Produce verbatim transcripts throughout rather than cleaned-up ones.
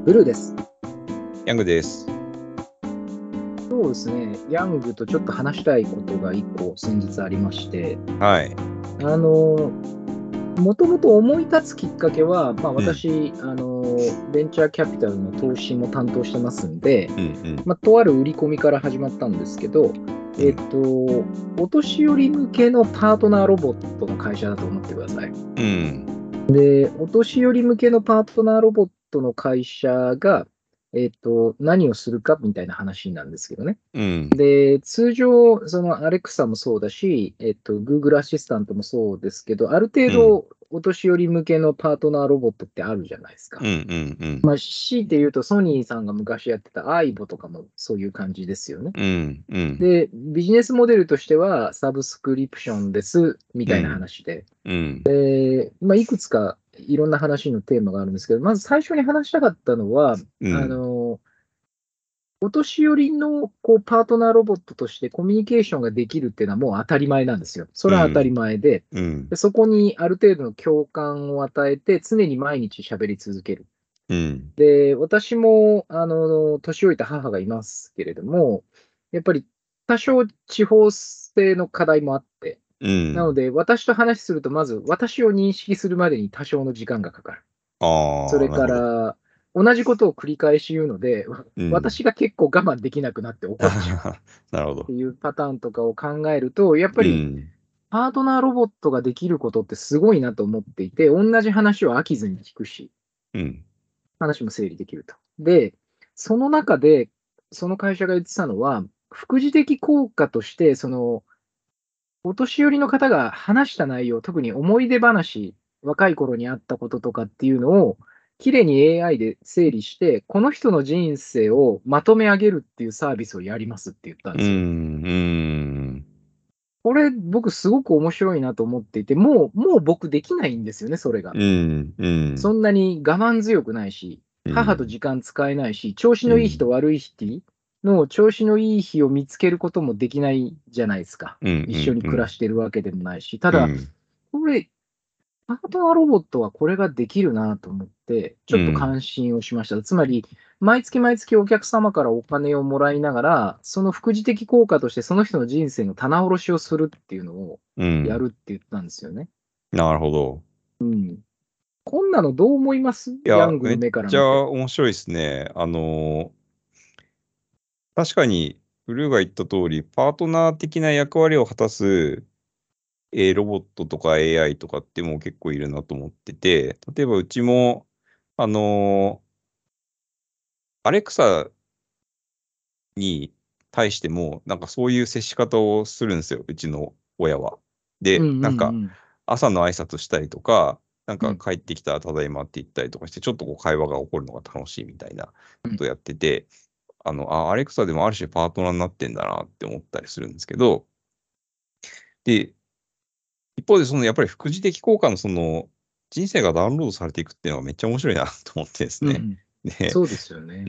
ブルーです。 ヤングです。 そうですね、ヤングとちょっと話したいことが一個先日ありまして、 はい。 あの、もともと思い立つきっかけは、まあ、 うん。 私、あの、ベンチャーキャピタルの投資も担当してますんで、 うんうんまあ、とある売り込みから始まったんですけど、えっうんと、お年寄り向けのパートナーロボットの会社だと思ってください。 うんで、お年寄り向けのパートナーロボットの会社が、えっと、何をするかみたいな話なんですけどね。 うんで、通常、そのアレクサもそうだし、えっと、Google アシスタントもそうですけど、ある程うん度、お年寄り向けのパートナーロボットってあるじゃないですか。 うんうんうんまあ、強いて言うと、ソニーさんが昔やってた アイボ とかもそういう感じですよね。 うんうんで、ビジネスモデルとしては、サブスクリプションですみたいなうん話で、 うんでまあ、いくつかいろんな話のテーマがあるんですけど、まず最初に話したかったのは、あうんのお年寄りのこうパートナーロボットとしてコミュニケーションができるっていうのはもう当たり前なんですよ。それは当たり前で、 うんでそこにある程度の共感を与えて、常に毎日喋り続ける。 うんで、私も、あの、年老いた母がいますけれども、やっぱり多少地方性の課題もあって、 うんなので、私と話すると、まず私を認識するまでに多少の時間がかかる。そああ、 れかなるほど。 ら、同じことを繰り返し言うので、わうん。 私が結構我慢できなくなって怒っちゃうっなるほど。 ていうパターンとかを考えると、やっぱりうんパートナーロボットができることってすごいなと思っていて、同じ話を飽きずに聞くし、 うん話も整理できると。で、その中で、その会社が言ってたのは、副次的効果として、その、お年寄りの方が話した内容、特に思い出話、若い頃にあったこととかっていうのを、きれいに エーアイ で整理して、この人の人生をまとめ上げるっていうサービスをやりますって言ったんうですよ。 んこれ、僕すごく面白いなと思っていて、もうもう僕できないんですよね、それが。 うんうんそんなに我慢強くないし、 うん母と時間使えないし、調子のいい日うんと悪い日の調子のいい日を見つけることもできないじゃないですか。 うん一緒に暮らうんしてるわけでもないし。ただ、 うんこれ、パートナーロボットはこれができるなと思って、ちょっとうん関心をしました。つまり、毎月毎月お客様からお金をもらいながら、その副次的効果としてその人の人生の棚卸しをするっていうのをやうん。 るって言ったんですよね。 なるほど。 うん。こんなのどう思います？ いや、 ヤングめっの目からちゃ見て。 面白いですね。あの確かに、ブルーが言った通り、パートナー的な役割を果たす、えーロボットとか エーアイ とかってもう結構いるなと思ってて、例えばうちも、あのアレクサに対しても、なんかそういう接し方をするんですよ、うちの親は。で、 うんうんうなんか、 ん。 朝の挨拶したりとか、なんかうん。 帰ってきたらただいまって言ったりとかして、ちょっとこう会話が起こるのが楽しいみたいなうん。 ことをやってて、あの、あ、アレクサでもある種パートナーになってんだなって思ったりするんですけど、で、一方でそのやっぱり副次的効果のその、人生がダウンロードされていくっていうのはめっちゃ面白いなと思ってですね。 うんうん。 で、 そうですよね。 うん。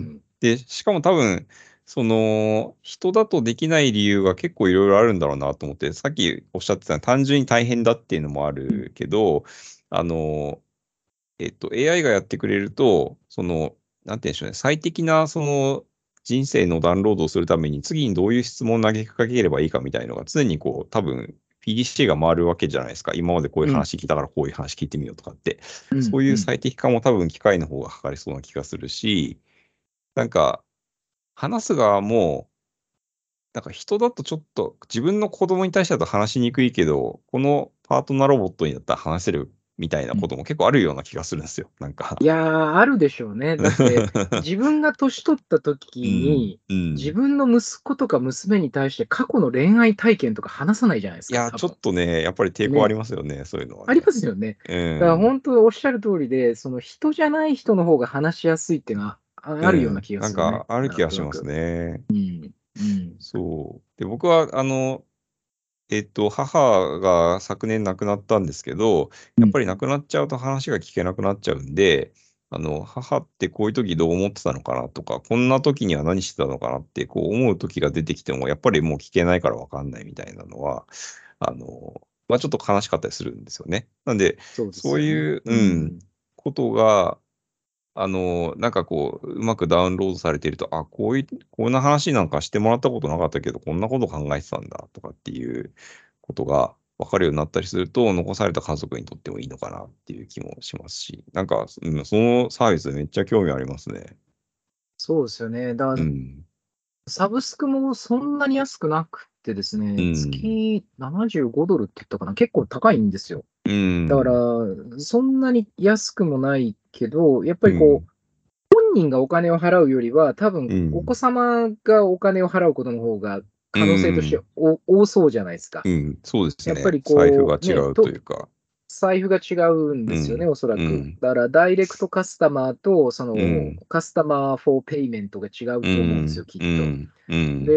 うん。 で、しかも多分、その、人だとできない理由が結構いろいろあるんだろうなと思って、さっきおっしゃってた単純に大変だっていうのもあうん。 るけど、あの、えっと、エーアイ がやってくれると、その、なんて言うんでしょうね、最適なその人生のダウンロードをするために、次にどういう質問を投げかければいいかみたいのが、常にこう、多分 ピーディーシー が回るわけじゃないですか。今までこういううん。 話聞いたからこういう話聞いてみようとかって。 うん。 そういううん。 最適化も多分機械の方が図れそうな気がするし、なんか、話す側も、なんか人だとちょっと自分の子供に対してだと話しにくいけど、このパートナーロボットにだったら話せるみたいなうん。 ことも結構あるような気がするんですよ。なんか。 いやー、あるでしょうね。だって、自分が年取ったうん、 時に、 うん。 自分の息子とか娘に対して過去の恋愛体験とか話さないじゃないですか、 いや、ちょっ多分。 とね、やっぱり抵抗ありね。 ますよね、そういうのはありね。 ますよね。 うだからん、 本当おっしゃる通りで、その人じゃない人の方が話しやすいっていうのは、ああるようなうん。 気がするね。 なんかある気がしますなんとなく。 ね。 うん。うん。 そう。で、僕はあの、えっと、母が昨年亡くなったんですけど、 うん。 やっぱり亡くなっちゃうと話が聞けなくなっちゃうんで、あの、母ってこういう時どう思ってたのかなとか、こんな時には何してたのかなってこう思う時が出てきても、やっぱりもう聞けないからわかんないみたいなのは、あの、まあ、ちょっと悲しかったりするんですよね。なんで、 そうですよね。 そういう、 ううん、 ん。 ことがあの、なんかこう、うまくダウンロードされていると、あ、こういう、こんな話なんかしてもらったことなかったけど、こんなこと考えてたんだとかっていうことが分かるようになったりすると、残された家族にとってもいいのかなっていう気もしますし、なんか、うん、そのサービスめっちゃ興味ありますね。 そうですよね。だから、 うん。 サブスクもそんなに安くなくてですうね、 ん。 月ななじゅうごドルって言ったかな、結構高いんですよ。 うだから、 ん。 そんなに安くもないけど、やっぱうん。 りこう、本人がお金を払うよりは、多分お子うん。 様がお金を払うことの方がう可能性としてん。 お多そうじゃないですか。 うん。そうですね。 やっぱり財布がこう、ね、 違うとというか。 財布が違うんですよね、 うん。 おそらく。 うん。 だからダイレクトカスタマーと、そのうん。 カスタマーフォーペイメントが違ううと思うんですよ、 ん。 きっと。 うん。うん。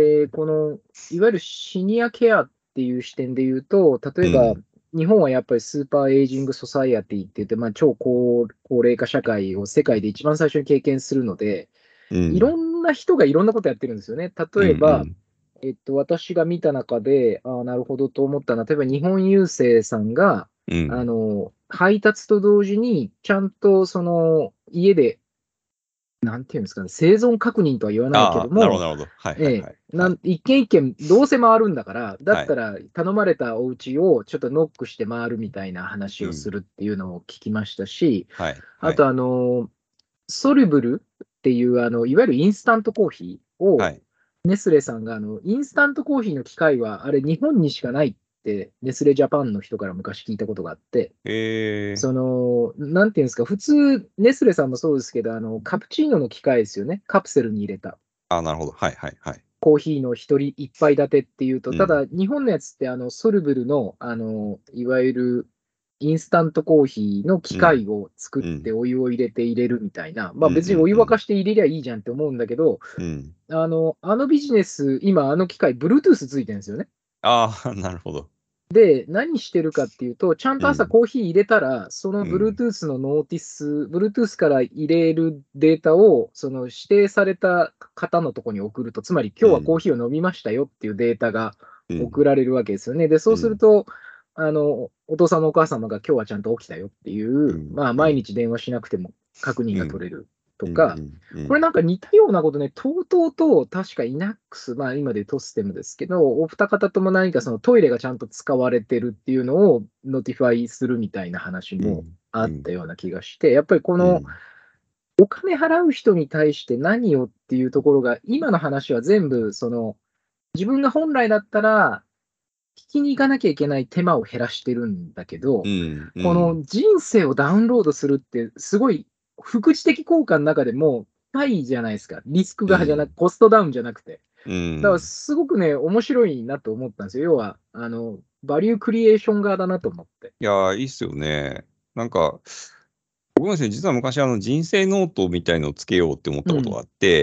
で、この、いわゆるシニアケアっていう視点で言うと、例えば、 うん。 日本はやっぱりスーパーエイジングソサイアティって言って、まあ、超高高齢化社会を世界で一番最初に経験するので、いろうん。 んな人がいろんなことやってるんですよね。 うん。 例えば、 うん。 えっと、私が見た中で、ああ、なるほどと思ったのは、例えば日本郵政さんが、あうん。 の、配達と同時に、ちゃんとその、家で、なんていうんですかね、生存確認とは言わないけああ、なるほどども、 なるほど。はいはいええ、 はい。はい。 なん一軒一軒どうせ回るんだから、だはい。 ったら頼まれたお家をちょっとノックして回るみたいな話をすうん。 るっていうのを聞きましたし、 はい。はい。 あとあの、ソルブルっていう、あの、いわゆるインスタントコーヒーを、 はい。 ネスレさんが、あの、インスタントコーヒーの機械は、あれ日本にしかないって、ネスレジャパンの人から昔聞いたことがあって、 ええ。 その、なんていうんですか、普通、ネスレさんもそうですけど、あの、カプチーノの機械ですよね。カプセルに入れた。 あ、なるほど。はいはいはい。 コーヒーの一人一杯立てっていうと、 うん。 ただ、日本のやつって、あの、ソルブルの、あの、いわゆる、インスタントコーヒーの機うん。 械を作っうん。 てお湯を入れて入れるみたいな、まうんうあ別にお湯沸かんして入れりゃいいじゃんって思うんだけど、 うん。うん。 あの、あのビジネス、今あの機械、Bluetooth ついてるんですよね。 ああ、なるほど。 で、何してるかっていうと、ちゃんと朝うん。 コーヒー入れたら、そのうん。 Bluetooth のノーティス、Bluetooth から入れるデータを、その指定された方のところに送ると、つまり今日はコーうん。 ヒーを飲みましたよっていうデータがうん。 送られるわけですよね。で、そうするうん。 と、あの、お父様お母様が今日はちゃんと起きたよっていう、 うん。 まあうん。 毎日電話しなくても確認うん。 が取れるとうん。 か、 うん。 これなんか似たようなことね、TOTO と確か イナックス、まあ今でトステムですけど、お二方とも何かそのトイレがちゃんと使われてるっていうのをノティファイするみたいな話もうん。 あっうん。 たような気がして、やっぱりこのうん。 お金払う人に対して何をっていうところが、今の話は全部その自分が本来だったら聞きに行かなきゃいけない手間を減らしてるんだけど、 うん。うこのん。 人生をダウンロードするって、すごい副次的効果の中でも高いじゃないですか。リスクがじゃなく、コストダウンじゃなくて。 うだからん。 すごくね、面白いなと思ったんですよ。要は、あの、バリュークリエーション側だなと思って。 いやー、いいっすよね。なんか、僕もですね、実は昔、あの、人生ノートみたいのをつけようって思っうん、 たことがあって、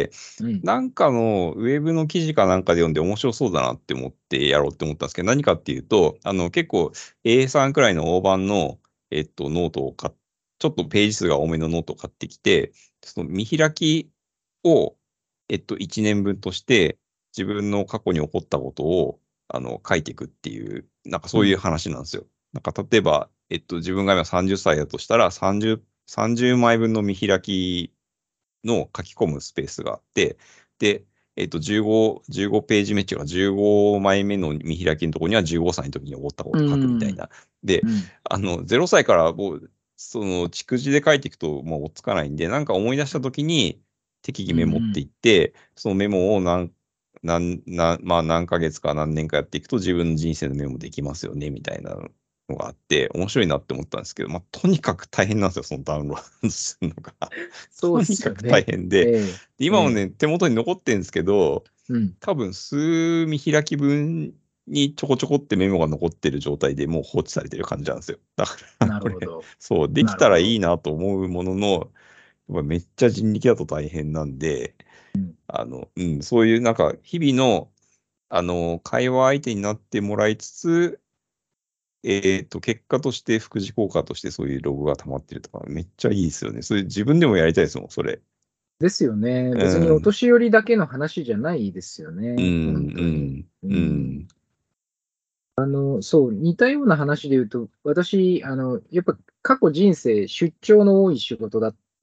うん、 なんかのウェブの記事かなんかで読んで面白そうだなって思ってやろうって思ったんですけど、何かっていうと、あの、結構 エースリー くらいの大判の、えっと、ノートを買っちょっとページ数が多めのノートを買ってきて、その見開きを、えっと、いちねんぶんとして、自分の過去に起こったことを、あの、書いていくっていう、なんかうん、 そういう話なんですよ。なんか例えば、えっと、自分が今さんじゅっさいだとしたら、さんじゅう、さんじゅうまいぶんの見開きの書き込むスペースがあって、で、えっと、じゅうご、じゅうごページ目っていうか、じゅうごまいめの見開きのところにはじゅうごさいの時に起こったこうとを書くみたいん、 な。で、 うん、 あの、ゼロさいからもう、その、逐次で書いていくと、もう追っつかないんで、なんか思い出した時に、適宜うん、うメモっていっん。 て、そのメモを何、何、何、まあ何ヶ月か何年かやっていくと自分の人生のメモできますよね、みたいなのがあって、面白いなって思ったんですけど、まあ、とにかく大変なんですよ、そのダウンロードするのが。 そうっとにかく大すよね。 変で、 ええ、 でええ、 今もね、手元に残ってるんですけど、 うん。 多分数見開き分にちょこちょこってメモが残ってる状態でもう放置されてる感じなんですよ。だからこれ、 なるほど。 そう、できたらいいなるほど。 なと思うものの、やっぱめっちゃ人力だと大変なんで、 うん、 あの、うん、そういうなんか日々の、あの、会話相手になってもらいつつ、えっと、結果として副次効果としてそういうログが溜まってるとか、めっちゃいいですよね。それ自分でもやりたいですもん、それ。 ですよね。 う別におん。 年寄りだけの話じゃないですようん、 ね。本当に。 うん、 ううん。 ん、 そう、似たような話で言うと、私、あの、やっぱ過去人生、出張の多い仕事だっ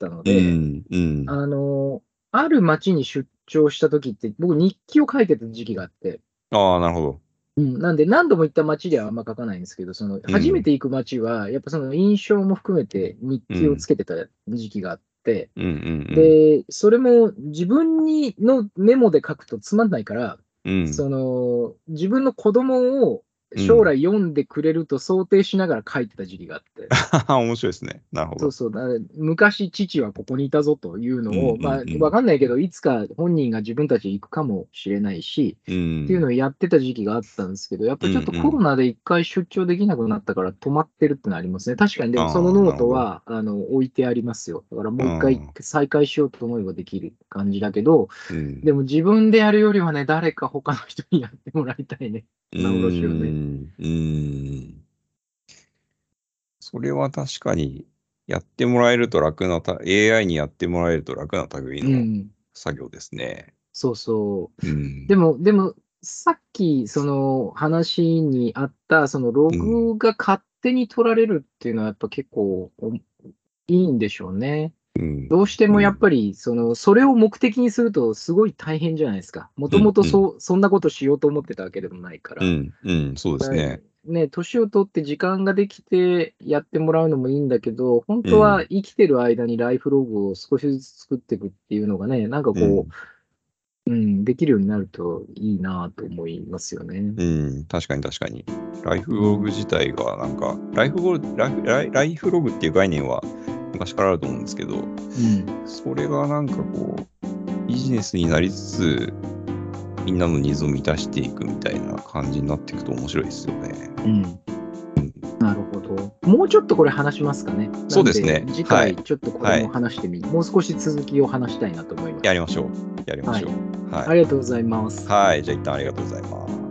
たのうで、 ん、うん。 あの、ある町に出張した時って、僕日記を書いてた時期があって、 ああ、なるほど。 うん、なんで何度も行った町ではあんま書かないんですけど、その初めて行く町は、やっぱその印象も含めて日記をつけてた時期があって、 うん、うん、うん。 で、それも自分にのメモで書くとつまんないから、 うん、 その自分の子供をうん。 将来読んでくれると想定しながら書いてた時期があって、 面白いですね。なるほど。 そうそう、だ昔父はここにいたぞというのを、 うんうんうんまあ、わかんないけど、いつか本人が自分たち行くかもしれないし、 う。 っていうんのをやってた時期があったんですけど、やっぱりちょっとうんうんコロナで一回出張できなくなったから止まってるってのありますね。確かに、でもそのああ、 ノーなるほど。 トはあの置いてありますよ。だからもう一回うん。 再開しようと思えばできる感じだけど、 うん。 でも自分でやるよりはね、誰か他の人にやってもらいたいね。 う名下ろしをね。 ん。うん。それは確かに、やってもらえると楽なた、エーアイ にやってもらえると楽な類のうん。 作業ですね。 そうそう。 うん。 でも、でも、さっき、その話にあった、そのログが勝手に取られるっていうのは、やっぱ結構おいいんでしょうね。 うん。 どうしてもやっぱり、 り、その、それを目的にすると、すごい大変じゃないですか。もともとうん。 そう、そんなことしようと思ってたわけでもないかうら。 ん。うん。そうですね。 ね、年を取って時間ができてやってもらうのもいいんだけど、本当はうん。 生きてる間にライフログを少しずつ作っていくっていうのがね、なんかうこん。 う、うん、できるようになるといいなと思いますよね。 うん。確かに確かに。ライフログ自体が、なんか、ライフログ、ライフライライフログっていう概念は昔からあると思うんですけど、 うん。 それがなんかこう、ビジネスになりつつ、みんなのニーズを満たしていくみたいな感じになっていくと面白いですよね。 うん。なるほど。もうちょっとこれ話しますかね。 そうですねなん次はい回ちょっとこれも話してみ、もう少し続きを話したいなと思います。 やりましょう。やりましょう。はい。 ありがとうございます。 はい。じゃあ一旦ありがとうございます。